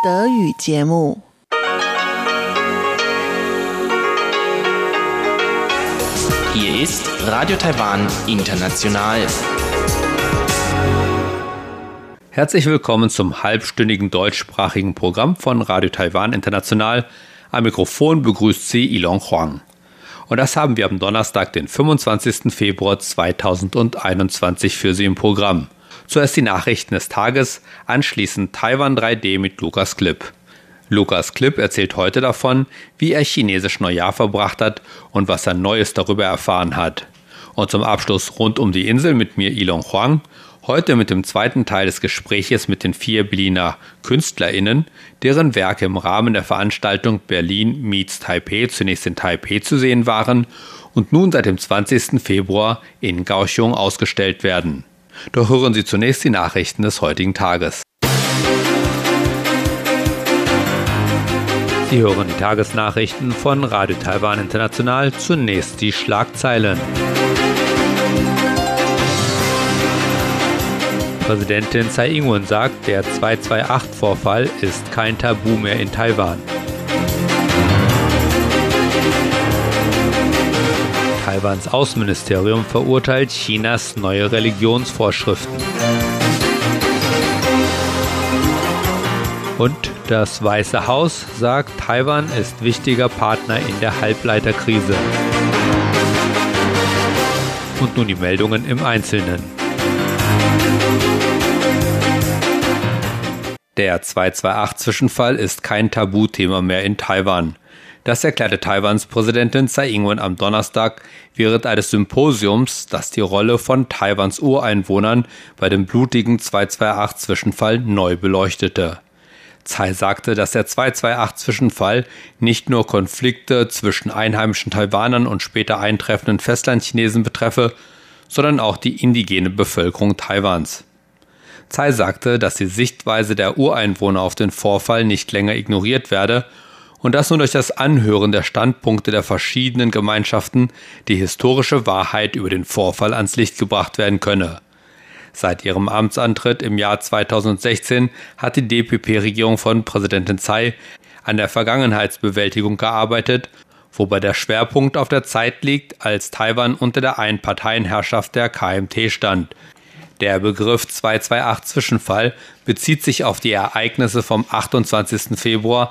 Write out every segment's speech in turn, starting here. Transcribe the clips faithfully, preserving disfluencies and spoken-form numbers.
Hier ist Radio Taiwan International. Herzlich willkommen zum halbstündigen deutschsprachigen Programm von Radio Taiwan International. Am Mikrofon begrüßt Sie Ilon Huang. Und das haben wir am Donnerstag, den fünfundzwanzigsten Februar zweitausendeinundzwanzig für Sie im Programm. Zuerst die Nachrichten des Tages, anschließend Taiwan drei D mit Lukas Klipp. Lukas Klipp erzählt heute davon, wie er chinesisch Neujahr verbracht hat und was er Neues darüber erfahren hat. Und zum Abschluss rund um die Insel mit mir Ilon Huang, heute mit dem zweiten Teil des Gespräches mit den vier Berliner KünstlerInnen, deren Werke im Rahmen der Veranstaltung Berlin meets Taipei zunächst in Taipei zu sehen waren und nun seit dem zwanzigsten Februar in Kaohsiung ausgestellt werden. Doch hören Sie zunächst die Nachrichten des heutigen Tages. Sie hören die Tagesnachrichten von Radio Taiwan International. Zunächst die Schlagzeilen. Präsidentin Tsai Ing-wen sagt, der zwei zwei acht Vorfall ist kein Tabu mehr in Taiwan. Taiwans Außenministerium verurteilt Chinas neue Religionsvorschriften. Und das Weiße Haus sagt, Taiwan ist wichtiger Partner in der Halbleiterkrise. Und nun die Meldungen im Einzelnen. Der zwei zwei acht-Zwischenfall ist kein Tabuthema mehr in Taiwan. Das erklärte Taiwans Präsidentin Tsai Ing-wen am Donnerstag während eines Symposiums, das die Rolle von Taiwans Ureinwohnern bei dem blutigen zwei zwei acht-Zwischenfall neu beleuchtete. Tsai sagte, dass der zwei zwei acht-Zwischenfall nicht nur Konflikte zwischen einheimischen Taiwanern und später eintreffenden Festlandchinesen betreffe, sondern auch die indigene Bevölkerung Taiwans. Tsai sagte, dass die Sichtweise der Ureinwohner auf den Vorfall nicht länger ignoriert werde und dass nur durch das Anhören der Standpunkte der verschiedenen Gemeinschaften die historische Wahrheit über den Vorfall ans Licht gebracht werden könne. Seit ihrem Amtsantritt im Jahr zweitausendsechzehn hat die D P P-Regierung von Präsidentin Tsai an der Vergangenheitsbewältigung gearbeitet, wobei der Schwerpunkt auf der Zeit liegt, als Taiwan unter der Einparteienherrschaft der K M T stand. Der Begriff zwei zwei acht-Zwischenfall bezieht sich auf die Ereignisse vom achtundzwanzigsten Februar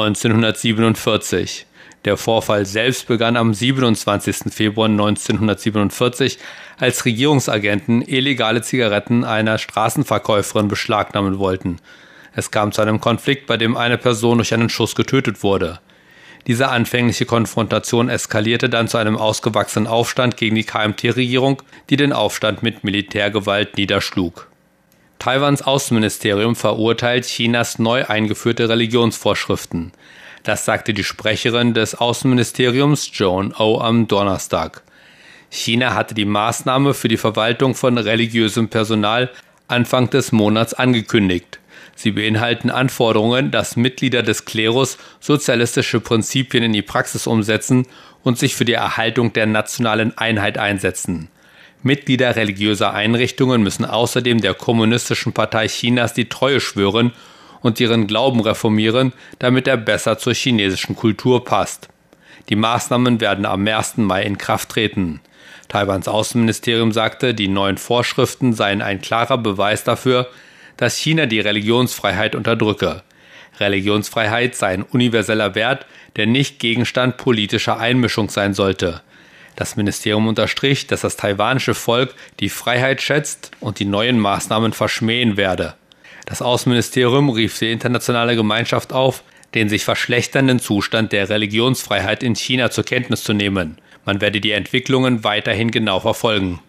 neunzehnhundertsiebenundvierzig. Der Vorfall selbst begann am siebenundzwanzigsten Februar neunzehnhundertsiebenundvierzig, als Regierungsagenten illegale Zigaretten einer Straßenverkäuferin beschlagnahmen wollten. Es kam zu einem Konflikt, bei dem eine Person durch einen Schuss getötet wurde. Diese anfängliche Konfrontation eskalierte dann zu einem ausgewachsenen Aufstand gegen die K M T-Regierung, die den Aufstand mit Militärgewalt niederschlug. Taiwans Außenministerium verurteilt Chinas neu eingeführte Religionsvorschriften. Das sagte die Sprecherin des Außenministeriums Joan Oh am Donnerstag. China hatte die Maßnahme für die Verwaltung von religiösem Personal Anfang des Monats angekündigt. Sie beinhalten Anforderungen, dass Mitglieder des Klerus sozialistische Prinzipien in die Praxis umsetzen und sich für die Erhaltung der nationalen Einheit einsetzen. Mitglieder religiöser Einrichtungen müssen außerdem der Kommunistischen Partei Chinas die Treue schwören und ihren Glauben reformieren, damit er besser zur chinesischen Kultur passt. Die Maßnahmen werden am ersten Mai in Kraft treten. Taiwans Außenministerium sagte, die neuen Vorschriften seien ein klarer Beweis dafür, dass China die Religionsfreiheit unterdrücke. Religionsfreiheit sei ein universeller Wert, der nicht Gegenstand politischer Einmischung sein sollte. Das Ministerium unterstrich, dass das taiwanische Volk die Freiheit schätzt und die neuen Maßnahmen verschmähen werde. Das Außenministerium rief die internationale Gemeinschaft auf, den sich verschlechternden Zustand der Religionsfreiheit in China zur Kenntnis zu nehmen. Man werde die Entwicklungen weiterhin genau verfolgen.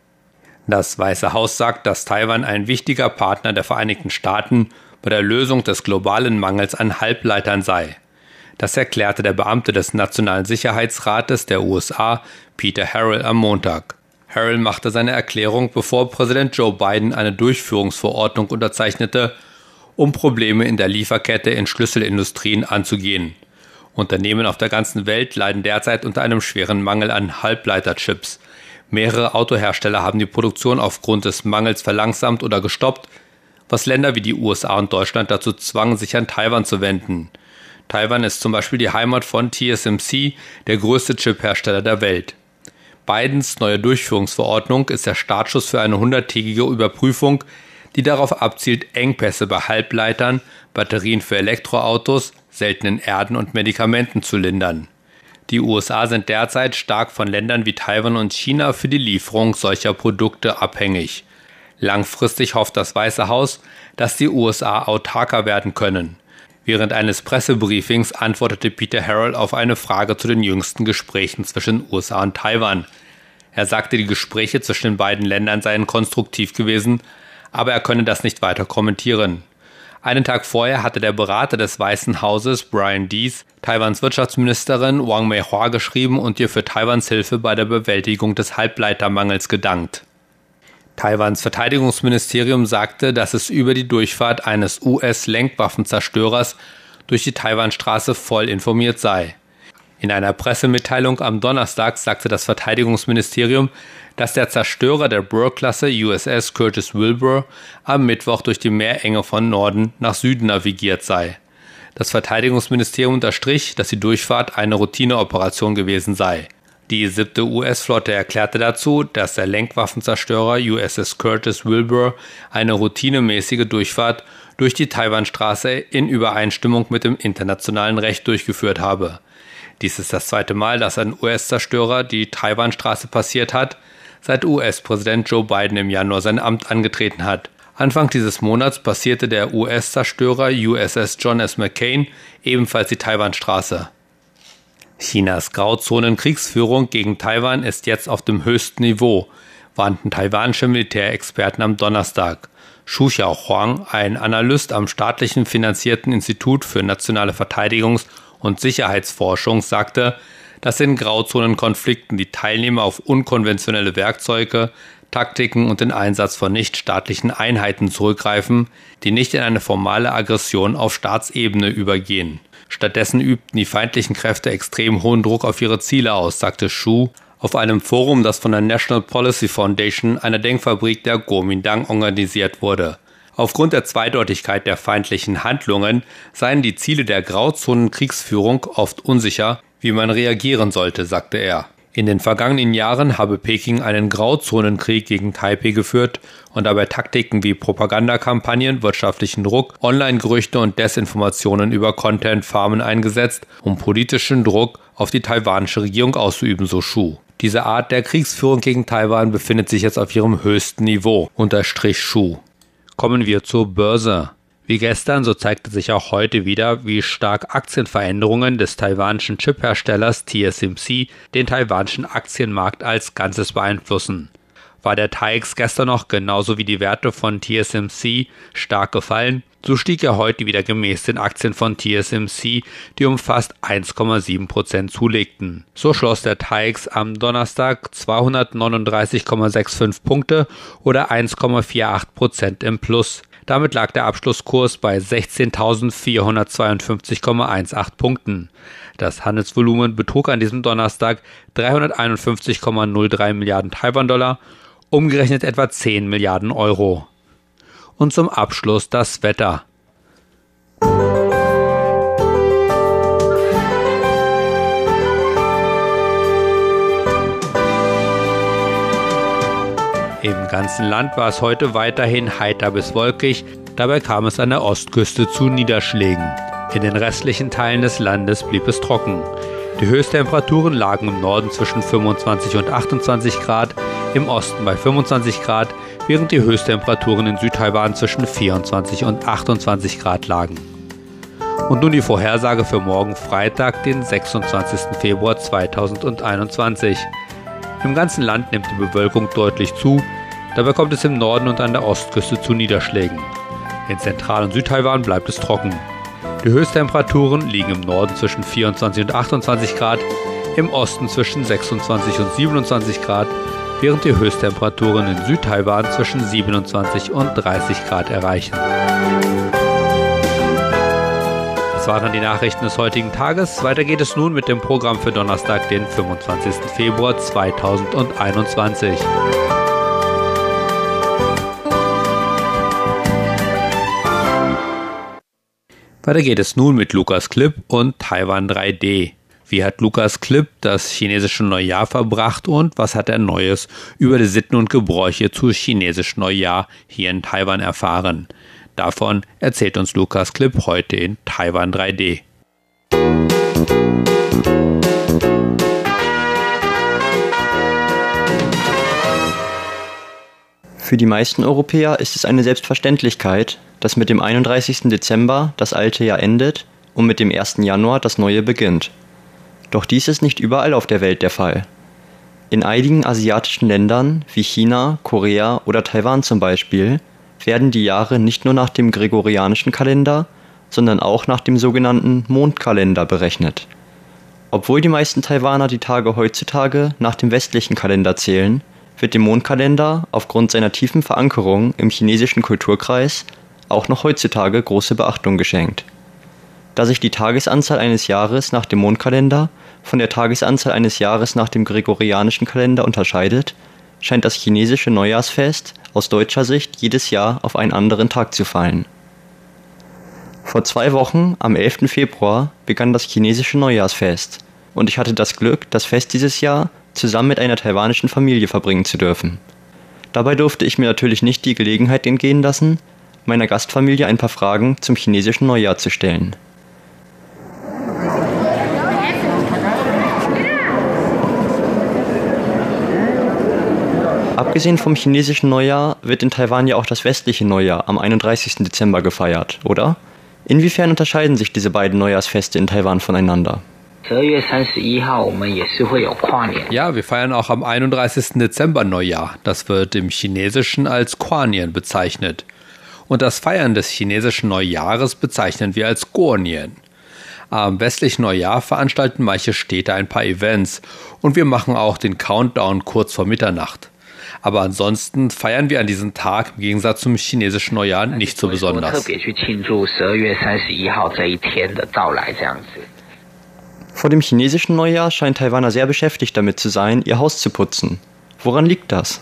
Das Weiße Haus sagt, dass Taiwan ein wichtiger Partner der Vereinigten Staaten bei der Lösung des globalen Mangels an Halbleitern sei. Das erklärte der Beamte des Nationalen Sicherheitsrates der U S A, Peter Harrell, am Montag. Harrell machte seine Erklärung, bevor Präsident Joe Biden eine Durchführungsverordnung unterzeichnete, um Probleme in der Lieferkette in Schlüsselindustrien anzugehen. Unternehmen auf der ganzen Welt leiden derzeit unter einem schweren Mangel an Halbleiterchips. Mehrere Autohersteller haben die Produktion aufgrund des Mangels verlangsamt oder gestoppt, was Länder wie die U S A und Deutschland dazu zwang, sich an Taiwan zu wenden. Taiwan ist zum Beispiel die Heimat von T S M C, der größte Chiphersteller der Welt. Bidens neue Durchführungsverordnung ist der Startschuss für eine hunderttägige Überprüfung, die darauf abzielt, Engpässe bei Halbleitern, Batterien für Elektroautos, seltenen Erden und Medikamenten zu lindern. Die U S A sind derzeit stark von Ländern wie Taiwan und China für die Lieferung solcher Produkte abhängig. Langfristig hofft das Weiße Haus, dass die U S A autarker werden können. Während eines Pressebriefings antwortete Peter Harrell auf eine Frage zu den jüngsten Gesprächen zwischen U S A und Taiwan. Er sagte, die Gespräche zwischen den beiden Ländern seien konstruktiv gewesen, aber er könne das nicht weiter kommentieren. Einen Tag vorher hatte der Berater des Weißen Hauses, Brian Deese, Taiwans Wirtschaftsministerin Wang Mei-Hua geschrieben und ihr für Taiwans Hilfe bei der Bewältigung des Halbleitermangels gedankt. Taiwans Verteidigungsministerium sagte, dass es über die Durchfahrt eines U S-Lenkwaffenzerstörers durch die Taiwanstraße voll informiert sei. In einer Pressemitteilung am Donnerstag sagte das Verteidigungsministerium, dass der Zerstörer der Burr-Klasse U S S Curtis Wilbur am Mittwoch durch die Meerenge von Norden nach Süden navigiert sei. Das Verteidigungsministerium unterstrich, dass die Durchfahrt eine Routineoperation gewesen sei. Die siebte U S-Flotte erklärte dazu, dass der Lenkwaffenzerstörer U S S Curtis Wilbur eine routinemäßige Durchfahrt durch die Taiwanstraße in Übereinstimmung mit dem internationalen Recht durchgeführt habe. Dies ist das zweite Mal, dass ein U S-Zerstörer die Taiwanstraße passiert hat, seit U S-Präsident Joe Biden im Januar sein Amt angetreten hat. Anfang dieses Monats passierte der U S-Zerstörer U S S John S. McCain ebenfalls die Taiwanstraße. Chinas Grauzonen-Kriegsführung gegen Taiwan ist jetzt auf dem höchsten Niveau, warnten taiwanische Militärexperten am Donnerstag. Xu Xiaohuang, ein Analyst am staatlichen finanzierten Institut für nationale Verteidigungs- und Sicherheitsforschung, sagte, dass in Grauzonenkonflikten die Teilnehmer auf unkonventionelle Werkzeuge, Taktiken und den Einsatz von nichtstaatlichen Einheiten zurückgreifen, die nicht in eine formale Aggression auf Staatsebene übergehen. Stattdessen übten die feindlichen Kräfte extrem hohen Druck auf ihre Ziele aus, sagte Xu auf einem Forum, das von der National Policy Foundation, einer Denkfabrik der Kuomintang, organisiert wurde. Aufgrund der Zweideutigkeit der feindlichen Handlungen seien die Ziele der Grauzonen-Kriegsführung oft unsicher, wie man reagieren sollte, sagte er. In den vergangenen Jahren habe Peking einen Grauzonenkrieg gegen Taipei geführt und dabei Taktiken wie Propagandakampagnen, wirtschaftlichen Druck, Online-Gerüchte und Desinformationen über Content-Farmen eingesetzt, um politischen Druck auf die taiwanische Regierung auszuüben, so Xu. Diese Art der Kriegsführung gegen Taiwan befindet sich jetzt auf ihrem höchsten Niveau, unterstrich Xu. Kommen wir zur Börse. Wie gestern, so zeigte sich auch heute wieder, wie stark Aktienveränderungen des taiwanischen Chipherstellers T S M C den taiwanischen Aktienmarkt als Ganzes beeinflussen. War der T A I X gestern noch genauso wie die Werte von T S M C stark gefallen, so stieg er heute wieder gemäß den Aktien von T S M C, die um fast eins Komma sieben Prozent zulegten. So schloss der T A I X am Donnerstag zweihundertneununddreißig Komma fünfundsechzig Punkte oder eins Komma achtundvierzig Prozent im Plus. Damit lag der Abschlusskurs bei sechzehntausendvierhundertzweiundfünfzig Komma achtzehn Punkten. Das Handelsvolumen betrug an diesem Donnerstag dreihunderteinundfünfzig Komma null drei Milliarden Taiwan-Dollar, umgerechnet etwa zehn Milliarden Euro. Und zum Abschluss das Wetter. Im ganzen Land war es heute weiterhin heiter bis wolkig, dabei kam es an der Ostküste zu Niederschlägen. In den restlichen Teilen des Landes blieb es trocken. Die Höchsttemperaturen lagen im Norden zwischen fünfundzwanzig und achtundzwanzig Grad, im Osten bei fünfundzwanzig Grad, während die Höchsttemperaturen in Südtaiwan zwischen vierundzwanzig und achtundzwanzig Grad lagen. Und nun die Vorhersage für morgen Freitag, den sechsundzwanzigsten Februar zweitausendeinundzwanzig. Im ganzen Land nimmt die Bewölkung deutlich zu, dabei kommt es im Norden und an der Ostküste zu Niederschlägen. In Zentral- und Südtaiwan bleibt es trocken. Die Höchsttemperaturen liegen im Norden zwischen vierundzwanzig und achtundzwanzig Grad, im Osten zwischen sechsundzwanzig und siebenundzwanzig Grad, während die Höchsttemperaturen in Südtaiwan zwischen siebenundzwanzig und dreißig Grad erreichen. Das waren die Nachrichten des heutigen Tages. Weiter geht es nun mit dem Programm für Donnerstag, den fünfundzwanzigsten Februar zweitausendeinundzwanzig. Weiter geht es nun mit Lukas Clip und Taiwan drei D. Wie hat Lukas Clip das chinesische Neujahr verbracht und was hat er Neues über die Sitten und Gebräuche zu chinesischen Neujahr hier in Taiwan erfahren? Davon erzählt uns Lukas Clip heute in Taiwan drei D. Für die meisten Europäer ist es eine Selbstverständlichkeit, dass mit dem einunddreißigsten Dezember das alte Jahr endet und mit dem ersten Januar das neue beginnt. Doch dies ist nicht überall auf der Welt der Fall. In einigen asiatischen Ländern wie China, Korea oder Taiwan zum Beispiel werden die Jahre nicht nur nach dem gregorianischen Kalender, sondern auch nach dem sogenannten Mondkalender berechnet. Obwohl die meisten Taiwaner die Tage heutzutage nach dem westlichen Kalender zählen, wird dem Mondkalender aufgrund seiner tiefen Verankerung im chinesischen Kulturkreis auch noch heutzutage große Beachtung geschenkt. Da sich die Tagesanzahl eines Jahres nach dem Mondkalender von der Tagesanzahl eines Jahres nach dem gregorianischen Kalender unterscheidet, scheint das chinesische Neujahrsfest aus deutscher Sicht jedes Jahr auf einen anderen Tag zu fallen. Vor zwei Wochen, am elften Februar, begann das chinesische Neujahrsfest und ich hatte das Glück, das Fest dieses Jahr zusammen mit einer taiwanischen Familie verbringen zu dürfen. Dabei durfte ich mir natürlich nicht die Gelegenheit entgehen lassen, meiner Gastfamilie ein paar Fragen zum chinesischen Neujahr zu stellen. Abgesehen vom chinesischen Neujahr wird in Taiwan ja auch das westliche Neujahr am einunddreißigsten Dezember gefeiert, oder? Inwiefern unterscheiden sich diese beiden Neujahrsfeste in Taiwan voneinander? Ja, wir feiern auch am einunddreißigsten Dezember Neujahr. Das wird im Chinesischen als Kuan-Nian bezeichnet. Und das Feiern des chinesischen Neujahres bezeichnen wir als Guo-Nian. Am westlichen Neujahr veranstalten manche Städte ein paar Events und wir machen auch den Countdown kurz vor Mitternacht. Aber ansonsten feiern wir an diesem Tag im Gegensatz zum chinesischen Neujahr nicht so besonders. Vor dem chinesischen Neujahr scheint Taiwaner sehr beschäftigt damit zu sein, ihr Haus zu putzen. Woran liegt das?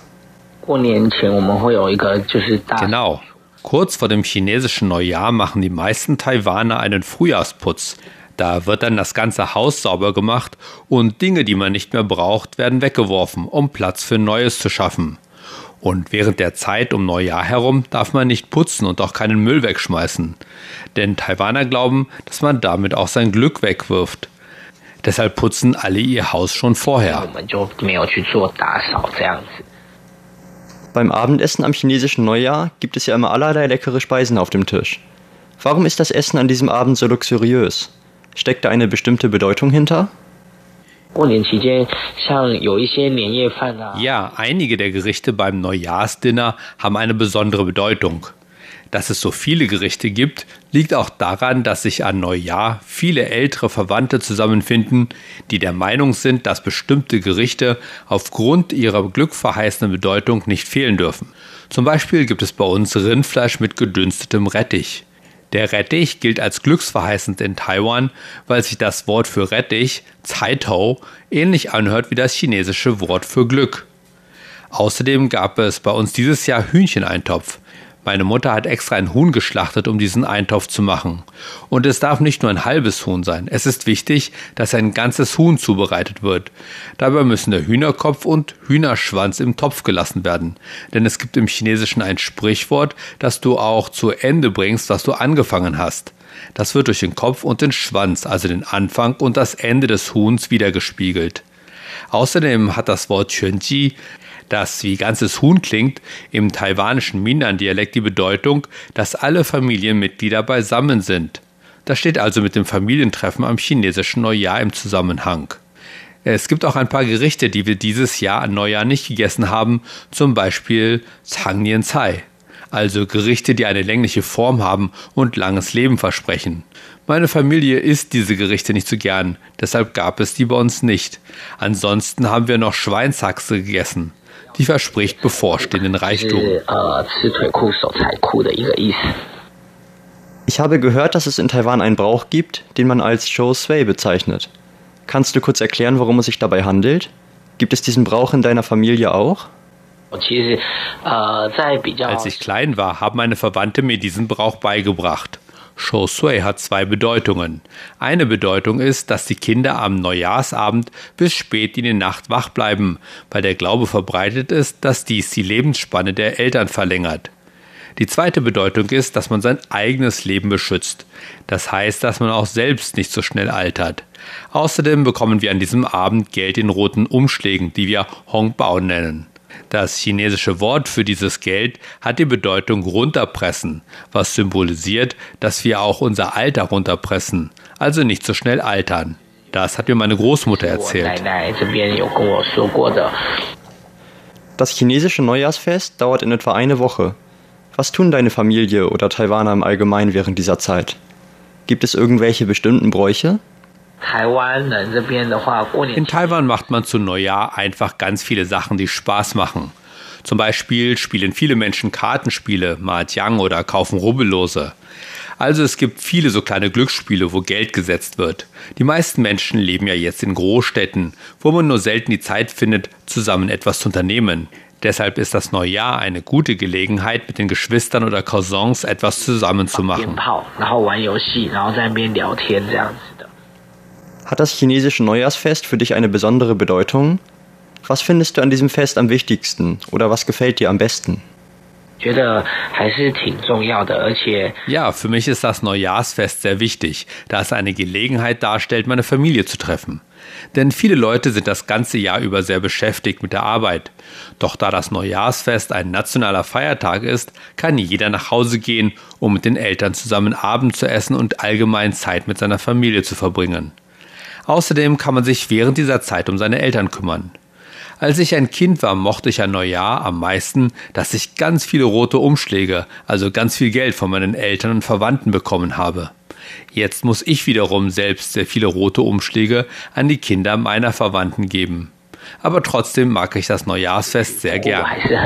Genau. Kurz vor dem chinesischen Neujahr machen die meisten Taiwaner einen Frühjahrsputz. Da wird dann das ganze Haus sauber gemacht und Dinge, die man nicht mehr braucht, werden weggeworfen, um Platz für Neues zu schaffen. Und während der Zeit um Neujahr herum darf man nicht putzen und auch keinen Müll wegschmeißen. Denn Taiwaner glauben, dass man damit auch sein Glück wegwirft. Deshalb putzen alle ihr Haus schon vorher. Beim Abendessen am chinesischen Neujahr gibt es ja immer allerlei leckere Speisen auf dem Tisch. Warum ist das Essen an diesem Abend so luxuriös? Steckt da eine bestimmte Bedeutung hinter? Ja, einige der Gerichte beim Neujahrsdinner haben eine besondere Bedeutung. Dass es so viele Gerichte gibt, liegt auch daran, dass sich an Neujahr viele ältere Verwandte zusammenfinden, die der Meinung sind, dass bestimmte Gerichte aufgrund ihrer glückverheißenden Bedeutung nicht fehlen dürfen. Zum Beispiel gibt es bei uns Rindfleisch mit gedünstetem Rettich. Der Rettich gilt als glücksverheißend in Taiwan, weil sich das Wort für Rettich, Caitao, ähnlich anhört wie das chinesische Wort für Glück. Außerdem gab es bei uns dieses Jahr Hühncheneintopf. Meine Mutter hat extra ein Huhn geschlachtet, um diesen Eintopf zu machen. Und es darf nicht nur ein halbes Huhn sein. Es ist wichtig, dass ein ganzes Huhn zubereitet wird. Dabei müssen der Hühnerkopf und Hühnerschwanz im Topf gelassen werden. Denn es gibt im Chinesischen ein Sprichwort, dass du auch zu Ende bringst, was du angefangen hast. Das wird durch den Kopf und den Schwanz, also den Anfang und das Ende des Huhns, wiedergespiegelt. Außerdem hat das Wort Quanji, das wie ganzes Huhn klingt, im taiwanischen Minnan-Dialekt die Bedeutung, dass alle Familienmitglieder beisammen sind. Das steht also mit dem Familientreffen am chinesischen Neujahr im Zusammenhang. Es gibt auch ein paar Gerichte, die wir dieses Jahr an Neujahr nicht gegessen haben, zum Beispiel Changnian Cai, also Gerichte, die eine längliche Form haben und langes Leben versprechen. Meine Familie isst diese Gerichte nicht so gern, deshalb gab es die bei uns nicht. Ansonsten haben wir noch Schweinshaxe gegessen. Die verspricht bevorstehenden Reichtum. Ich habe gehört, dass es in Taiwan einen Brauch gibt, den man als Chou Sui bezeichnet. Kannst du kurz erklären, worum es sich dabei handelt? Gibt es diesen Brauch in deiner Familie auch? Als ich klein war, haben meine Verwandte mir diesen Brauch beigebracht. Shou Sui hat zwei Bedeutungen. Eine Bedeutung ist, dass die Kinder am Neujahrsabend bis spät in die Nacht wach bleiben, weil der Glaube verbreitet ist, dass dies die Lebensspanne der Eltern verlängert. Die zweite Bedeutung ist, dass man sein eigenes Leben beschützt. Das heißt, dass man auch selbst nicht so schnell altert. Außerdem bekommen wir an diesem Abend Geld in roten Umschlägen, die wir Hongbao nennen. Das chinesische Wort für dieses Geld hat die Bedeutung runterpressen, was symbolisiert, dass wir auch unser Alter runterpressen, also nicht so schnell altern. Das hat mir meine Großmutter erzählt. Das chinesische Neujahrsfest dauert in etwa eine Woche. Was tun deine Familie oder Taiwaner im Allgemeinen während dieser Zeit? Gibt es irgendwelche bestimmten Bräuche? In Taiwan macht man zu Neujahr einfach ganz viele Sachen, die Spaß machen. Zum Beispiel spielen viele Menschen Kartenspiele, Mahjong oder kaufen Rubbellose. Also es gibt viele so kleine Glücksspiele, wo Geld gesetzt wird. Die meisten Menschen leben ja jetzt in Großstädten, wo man nur selten die Zeit findet, zusammen etwas zu unternehmen. Deshalb ist das Neujahr eine gute Gelegenheit, mit den Geschwistern oder Cousins etwas zusammen zu machen. Hat das chinesische Neujahrsfest für dich eine besondere Bedeutung? Was findest du an diesem Fest am wichtigsten oder was gefällt dir am besten? Ja, für mich ist das Neujahrsfest sehr wichtig, da es eine Gelegenheit darstellt, meine Familie zu treffen. Denn viele Leute sind das ganze Jahr über sehr beschäftigt mit der Arbeit. Doch da das Neujahrsfest ein nationaler Feiertag ist, kann jeder nach Hause gehen, um mit den Eltern zusammen Abend zu essen und allgemein Zeit mit seiner Familie zu verbringen. Außerdem kann man sich während dieser Zeit um seine Eltern kümmern. Als ich ein Kind war, mochte ich an Neujahr am meisten, dass ich ganz viele rote Umschläge, also ganz viel Geld von meinen Eltern und Verwandten bekommen habe. Jetzt muss ich wiederum selbst sehr viele rote Umschläge an die Kinder meiner Verwandten geben. Aber trotzdem mag ich das Neujahrsfest sehr gern.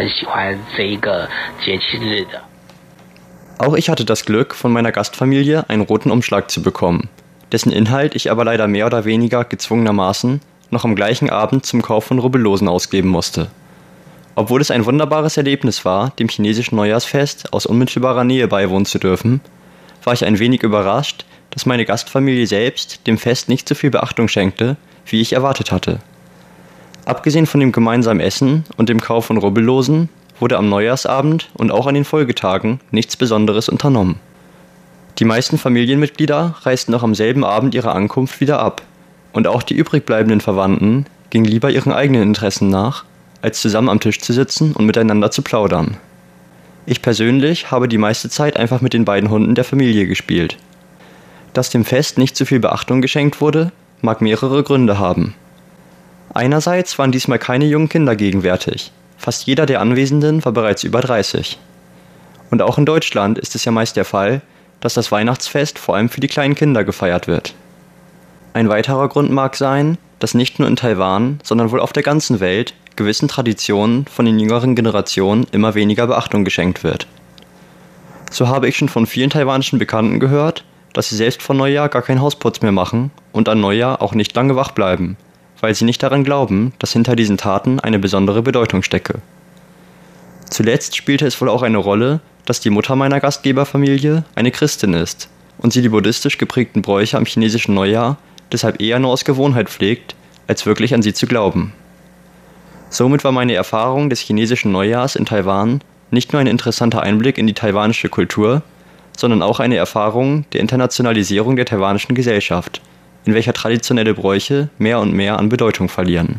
Auch ich hatte das Glück, von meiner Gastfamilie einen roten Umschlag zu bekommen, dessen Inhalt ich aber leider mehr oder weniger gezwungenermaßen noch am gleichen Abend zum Kauf von Rubbellosen ausgeben musste. Obwohl es ein wunderbares Erlebnis war, dem chinesischen Neujahrsfest aus unmittelbarer Nähe beiwohnen zu dürfen, war ich ein wenig überrascht, dass meine Gastfamilie selbst dem Fest nicht so viel Beachtung schenkte, wie ich erwartet hatte. Abgesehen von dem gemeinsamen Essen und dem Kauf von Rubbellosen wurde am Neujahrsabend und auch an den Folgetagen nichts Besonderes unternommen. Die meisten Familienmitglieder reisten noch am selben Abend ihrer Ankunft wieder ab. Und auch die übrig bleibenden Verwandten gingen lieber ihren eigenen Interessen nach, als zusammen am Tisch zu sitzen und miteinander zu plaudern. Ich persönlich habe die meiste Zeit einfach mit den beiden Hunden der Familie gespielt. Dass dem Fest nicht so viel Beachtung geschenkt wurde, mag mehrere Gründe haben. Einerseits waren diesmal keine jungen Kinder gegenwärtig. Fast jeder der Anwesenden war bereits über dreißig. Und auch in Deutschland ist es ja meist der Fall, dass das Weihnachtsfest vor allem für die kleinen Kinder gefeiert wird. Ein weiterer Grund mag sein, dass nicht nur in Taiwan, sondern wohl auf der ganzen Welt gewissen Traditionen von den jüngeren Generationen immer weniger Beachtung geschenkt wird. So habe ich schon von vielen taiwanischen Bekannten gehört, dass sie selbst vor Neujahr gar keinen Hausputz mehr machen und an Neujahr auch nicht lange wach bleiben, weil sie nicht daran glauben, dass hinter diesen Taten eine besondere Bedeutung stecke. Zuletzt spielte es wohl auch eine Rolle, dass die Mutter meiner Gastgeberfamilie eine Christin ist und sie die buddhistisch geprägten Bräuche am chinesischen Neujahr deshalb eher nur aus Gewohnheit pflegt, als wirklich an sie zu glauben. Somit war meine Erfahrung des chinesischen Neujahrs in Taiwan nicht nur ein interessanter Einblick in die taiwanische Kultur, sondern auch eine Erfahrung der Internationalisierung der taiwanischen Gesellschaft, in welcher traditionelle Bräuche mehr und mehr an Bedeutung verlieren.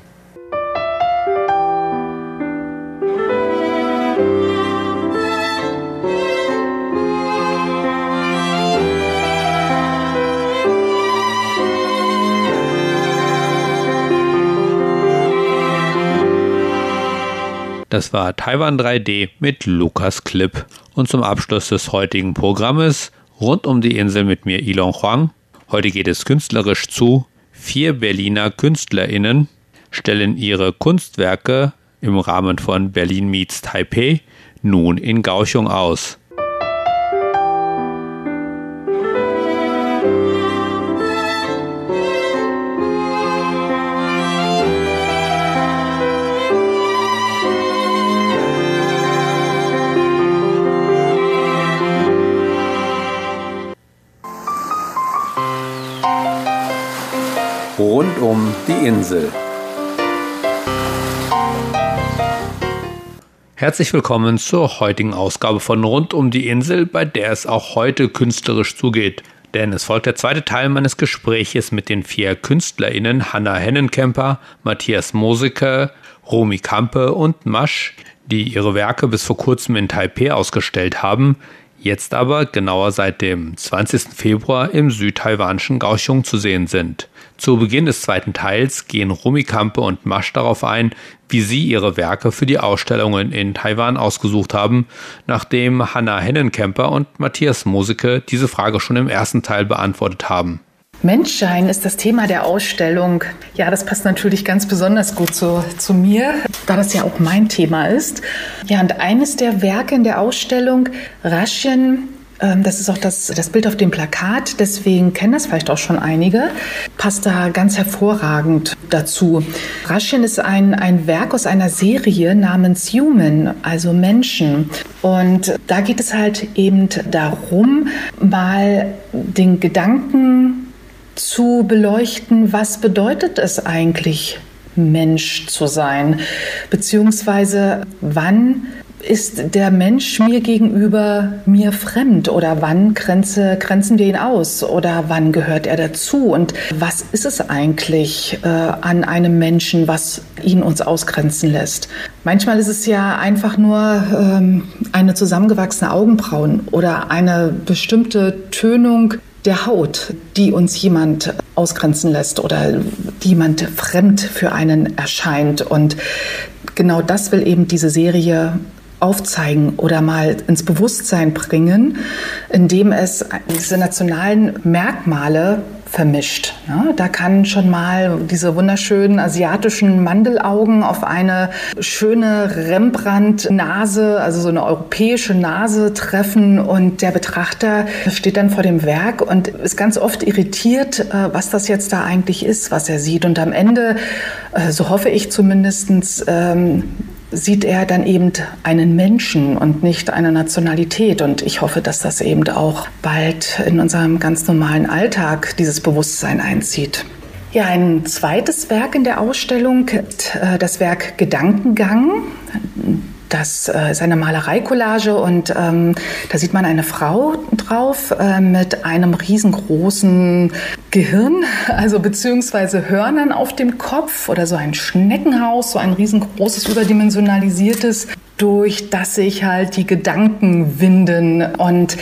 Das war Taiwan drei D mit Lukas Klipp. Und zum Abschluss des heutigen Programmes rund um die Insel mit mir Ilon Huang. Heute geht es künstlerisch zu. Vier Berliner KünstlerInnen stellen ihre Kunstwerke im Rahmen von Berlin Meets Taipei nun in Kaohsiung aus. Rund um die Insel. Herzlich willkommen zur heutigen Ausgabe von Rund um die Insel, bei der es auch heute künstlerisch zugeht. Denn es folgt der zweite Teil meines Gespräches mit den vier KünstlerInnen Hannah Hennenkemper, Matthias Moseke, Romy Campe und Masch, die ihre Werke bis vor kurzem in Taipeh ausgestellt haben, jetzt aber genauer seit dem zwanzigsten Februar im südtaiwanischen Kaohsiung zu sehen sind. Zu Beginn des zweiten Teils gehen Romy Campe und Masch darauf ein, wie sie ihre Werke für die Ausstellungen in Taiwan ausgesucht haben, nachdem Hannah Hennenkemper und Matthias Moseke diese Frage schon im ersten Teil beantwortet haben. Menschsein ist das Thema der Ausstellung. Ja, das passt natürlich ganz besonders gut zu, zu mir, da das ja auch mein Thema ist. Ja, und eines der Werke in der Ausstellung, Raschen, ähm, das ist auch das, das Bild auf dem Plakat, deswegen kennen das vielleicht auch schon einige, passt da ganz hervorragend dazu. Raschen ist ein, ein Werk aus einer Serie namens Human, also Menschen. Und da geht es halt eben darum, mal den Gedanken zu beleuchten, was bedeutet es eigentlich, Mensch zu sein? Beziehungsweise wann ist der Mensch mir gegenüber mir fremd oder wann grenze, grenzen wir ihn aus oder wann gehört er dazu? Und was ist es eigentlich äh, an einem Menschen, was ihn uns ausgrenzen lässt? Manchmal ist es ja einfach nur ähm, eine zusammengewachsene Augenbrauen oder eine bestimmte Tönung der Haut, die uns jemand ausgrenzen lässt oder die jemand fremd für einen erscheint. Und genau das will eben diese Serie aufzeigen oder mal ins Bewusstsein bringen, indem es diese nationalen Merkmale vermischt. Ja, da kann schon mal diese wunderschönen asiatischen Mandelaugen auf eine schöne Rembrandt-Nase, also so eine europäische Nase treffen und der Betrachter steht dann vor dem Werk und ist ganz oft irritiert, was das jetzt da eigentlich ist, was er sieht. Und am Ende, so hoffe ich zumindest, ähm, sieht er dann eben einen Menschen und nicht eine Nationalität. Und ich hoffe, dass das eben auch bald in unserem ganz normalen Alltag dieses Bewusstsein einzieht. Ja, ein zweites Werk in der Ausstellung, das Werk Gedankengang. Das ist eine Malereikollage und ähm, da sieht man eine Frau drauf äh, mit einem riesengroßen Gehirn, also beziehungsweise Hörnern auf dem Kopf oder so ein Schneckenhaus, so ein riesengroßes, überdimensionalisiertes, durch das sich halt die Gedanken winden. Und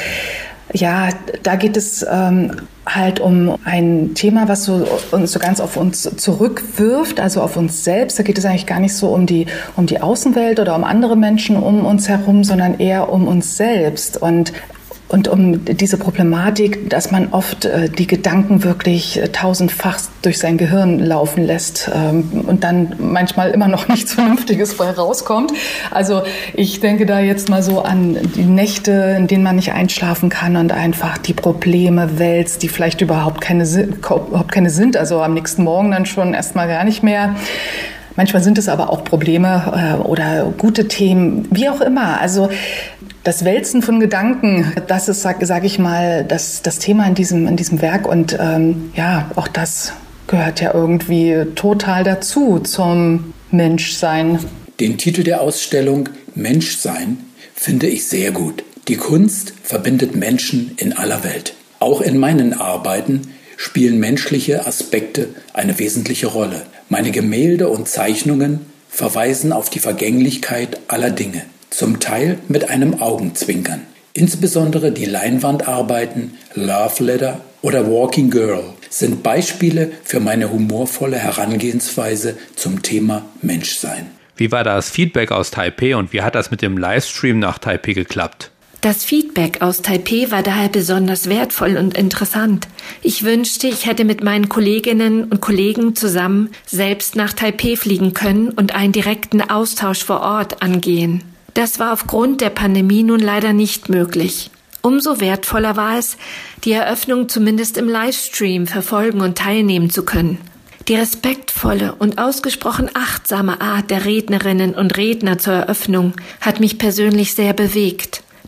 ja, da geht es ähm, halt um ein Thema, was so, uns so ganz auf uns zurückwirft, also auf uns selbst. Da geht es eigentlich gar nicht so um die, um die Außenwelt oder um andere Menschen um uns herum, sondern eher um uns selbst. Und Und um diese Problematik, dass man oft äh, die Gedanken wirklich äh, tausendfach durch sein Gehirn laufen lässt ähm, und dann manchmal immer noch nichts Vernünftiges bei rauskommt. Also ich denke da jetzt mal so an die Nächte, in denen man nicht einschlafen kann und einfach die Probleme wälzt, die vielleicht überhaupt keine, überhaupt keine sind. Also am nächsten Morgen dann schon erstmal gar nicht mehr. Manchmal sind es aber auch Probleme äh, oder gute Themen, wie auch immer. Also das Wälzen von Gedanken, das ist, sag, sag ich mal, das, das Thema in diesem, in diesem Werk. Und ähm, ja, auch das gehört ja irgendwie total dazu zum Menschsein. Den Titel der Ausstellung Menschsein finde ich sehr gut. Die Kunst verbindet Menschen in aller Welt. Auch in meinen Arbeiten spielen menschliche Aspekte eine wesentliche Rolle. Meine Gemälde und Zeichnungen verweisen auf die Vergänglichkeit aller Dinge, zum Teil mit einem Augenzwinkern. Insbesondere die Leinwandarbeiten Love Letter oder Walking Girl sind Beispiele für meine humorvolle Herangehensweise zum Thema Menschsein. Wie war das Feedback aus Taipeh und wie hat das mit dem Livestream nach Taipeh geklappt? Das Feedback aus Taipeh war daher besonders wertvoll und interessant. Ich wünschte, ich hätte mit meinen Kolleginnen und Kollegen zusammen selbst nach Taipeh fliegen können und einen direkten Austausch vor Ort angehen. Das war aufgrund der Pandemie nun leider nicht möglich. Umso wertvoller war es, die Eröffnung zumindest im Livestream verfolgen und teilnehmen zu können. Die respektvolle und ausgesprochen achtsame Art der Rednerinnen und Redner zur Eröffnung hat mich persönlich sehr bewegt.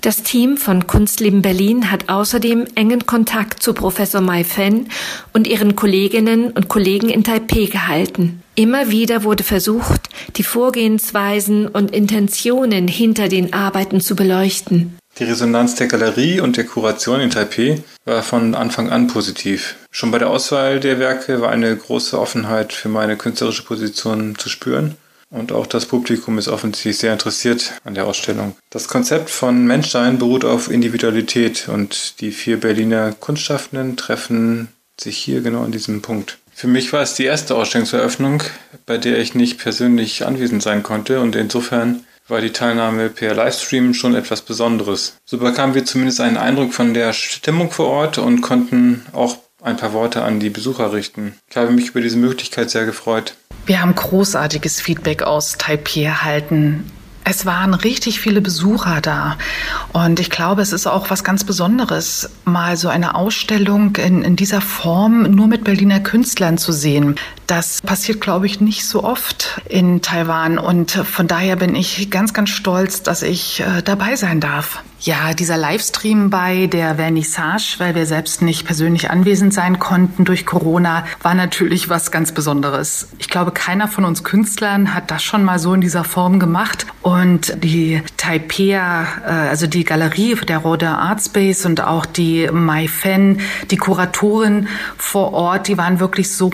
Das Team von Kunstleben Berlin hat außerdem engen Kontakt zu Professor Mai Fen und ihren Kolleginnen und Kollegen in Taipeh gehalten. Immer wieder wurde versucht, die Vorgehensweisen und Intentionen hinter den Arbeiten zu beleuchten. Die Resonanz der Galerie und der Kuration in Taipeh war von Anfang an positiv. Schon bei der Auswahl der Werke war eine große Offenheit für meine künstlerische Position zu spüren. Und auch das Publikum ist offensichtlich sehr interessiert an der Ausstellung. Das Konzept von Menschsein beruht auf Individualität und die vier Berliner Kunstschaffenden treffen sich hier genau an diesem Punkt. Für mich war es die erste Ausstellungseröffnung, bei der ich nicht persönlich anwesend sein konnte, und insofern war die Teilnahme per Livestream schon etwas Besonderes. So bekamen wir zumindest einen Eindruck von der Stimmung vor Ort und konnten auch ein paar Worte an die Besucher richten. Ich habe mich über diese Möglichkeit sehr gefreut. Wir haben großartiges Feedback aus Taipeh erhalten. Es waren richtig viele Besucher da und ich glaube, es ist auch was ganz Besonderes, mal so eine Ausstellung in, in dieser Form nur mit Berliner Künstlern zu sehen. Das passiert, glaube ich, nicht so oft in Taiwan und von daher bin ich ganz, ganz stolz, dass ich äh, dabei sein darf. Ja, dieser Livestream bei der Vernissage, weil wir selbst nicht persönlich anwesend sein konnten durch Corona, war natürlich was ganz Besonderes. Ich glaube, keiner von uns Künstlern hat das schon mal so in dieser Form gemacht. Und die Taipei, also die Galerie der Rodin Art Space und auch die Mai Fen, die Kuratorin vor Ort, die waren wirklich so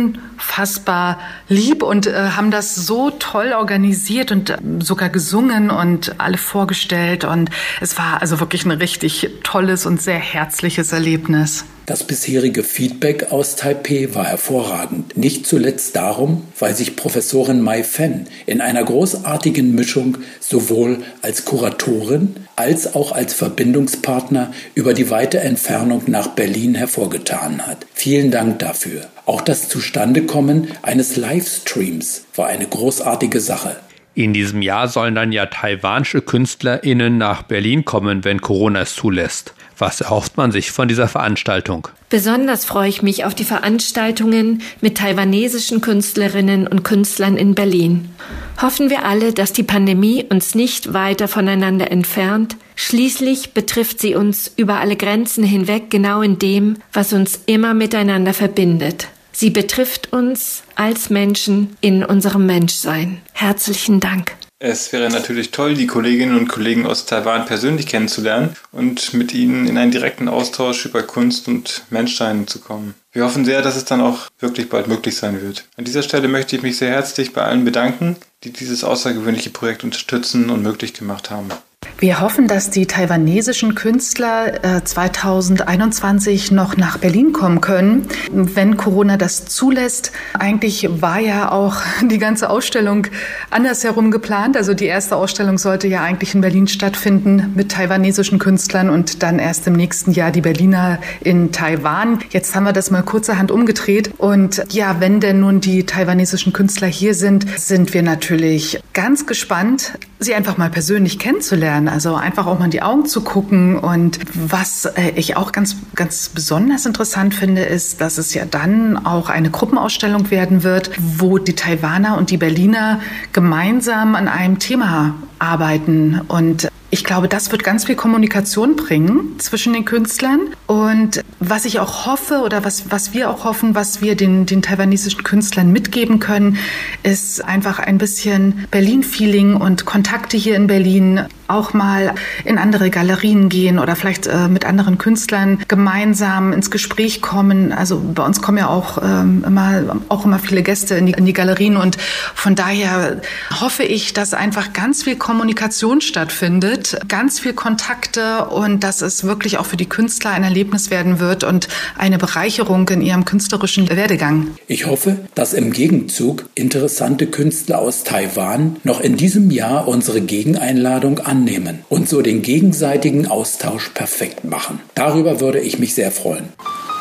unfassbar lieb und äh, haben das so toll organisiert und sogar gesungen und alle vorgestellt. Und es war also wirklich ein richtig tolles und sehr herzliches Erlebnis. Das bisherige Feedback aus Taipeh war hervorragend. Nicht zuletzt darum, weil sich Professorin Mai Fen in einer großartigen Mischung sowohl als Kuratorin als auch als Verbindungspartner über die weite Entfernung nach Berlin hervorgetan hat. Vielen Dank dafür. Auch das Zustandekommen eines Livestreams war eine großartige Sache. In diesem Jahr sollen dann ja taiwanische KünstlerInnen nach Berlin kommen, wenn Corona es zulässt. Was erhofft man sich von dieser Veranstaltung? Besonders freue ich mich auf die Veranstaltungen mit taiwanesischen Künstlerinnen und Künstlern in Berlin. Hoffen wir alle, dass die Pandemie uns nicht weiter voneinander entfernt. Schließlich betrifft sie uns über alle Grenzen hinweg genau in dem, was uns immer miteinander verbindet. Sie betrifft uns als Menschen in unserem Menschsein. Herzlichen Dank. Es wäre natürlich toll, die Kolleginnen und Kollegen aus Taiwan persönlich kennenzulernen und mit ihnen in einen direkten Austausch über Kunst und Menschsein zu kommen. Wir hoffen sehr, dass es dann auch wirklich bald möglich sein wird. An dieser Stelle möchte ich mich sehr herzlich bei allen bedanken, die dieses außergewöhnliche Projekt unterstützen und möglich gemacht haben. Wir hoffen, dass die taiwanesischen Künstler äh, zweitausendeinundzwanzig noch nach Berlin kommen können, wenn Corona das zulässt. Eigentlich war ja auch die ganze Ausstellung andersherum geplant. Also die erste Ausstellung sollte ja eigentlich in Berlin stattfinden mit taiwanesischen Künstlern und dann erst im nächsten Jahr die Berliner in Taiwan. Jetzt haben wir das mal kurzerhand umgedreht. Und ja, wenn denn nun die taiwanesischen Künstler hier sind, sind wir natürlich ganz gespannt, sie einfach mal persönlich kennenzulernen. Also einfach auch mal in die Augen zu gucken. Und was äh, ich auch ganz, ganz besonders interessant finde, ist, dass es ja dann auch eine Gruppenausstellung werden wird, wo die Taiwaner und die Berliner gemeinsam an einem Thema arbeiten. Und ich glaube, das wird ganz viel Kommunikation bringen zwischen den Künstlern. Und was ich auch hoffe oder was, was wir auch hoffen, was wir den, den taiwanesischen Künstlern mitgeben können, ist einfach ein bisschen Berlin-Feeling und Kontakte hier in Berlin, auch mal in andere Galerien gehen oder vielleicht äh, mit anderen Künstlern gemeinsam ins Gespräch kommen. Also bei uns kommen ja auch, ähm, immer, auch immer viele Gäste in die, in die Galerien und von daher hoffe ich, dass einfach ganz viel Kommunikation stattfindet, ganz viel Kontakte und dass es wirklich auch für die Künstler ein Erlebnis werden wird und eine Bereicherung in ihrem künstlerischen Werdegang. Ich hoffe, dass im Gegenzug interessante Künstler aus Taiwan noch in diesem Jahr unsere Gegeneinladung annehmen und so den gegenseitigen Austausch perfekt machen. Darüber würde ich mich sehr freuen.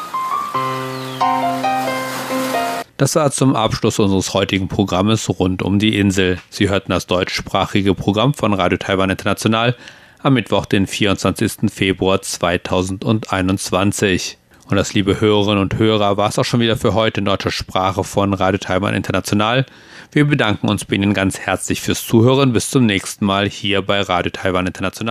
Das war zum Abschluss unseres heutigen Programmes rund um die Insel. Sie hörten das deutschsprachige Programm von Radio Taiwan International am Mittwoch, den vierundzwanzigsten Februar zweitausendeinundzwanzig. Und das, liebe Hörerinnen und Hörer, war es auch schon wieder für heute in deutscher Sprache von Radio Taiwan International. Wir bedanken uns bei Ihnen ganz herzlich fürs Zuhören. Bis zum nächsten Mal hier bei Radio Taiwan International.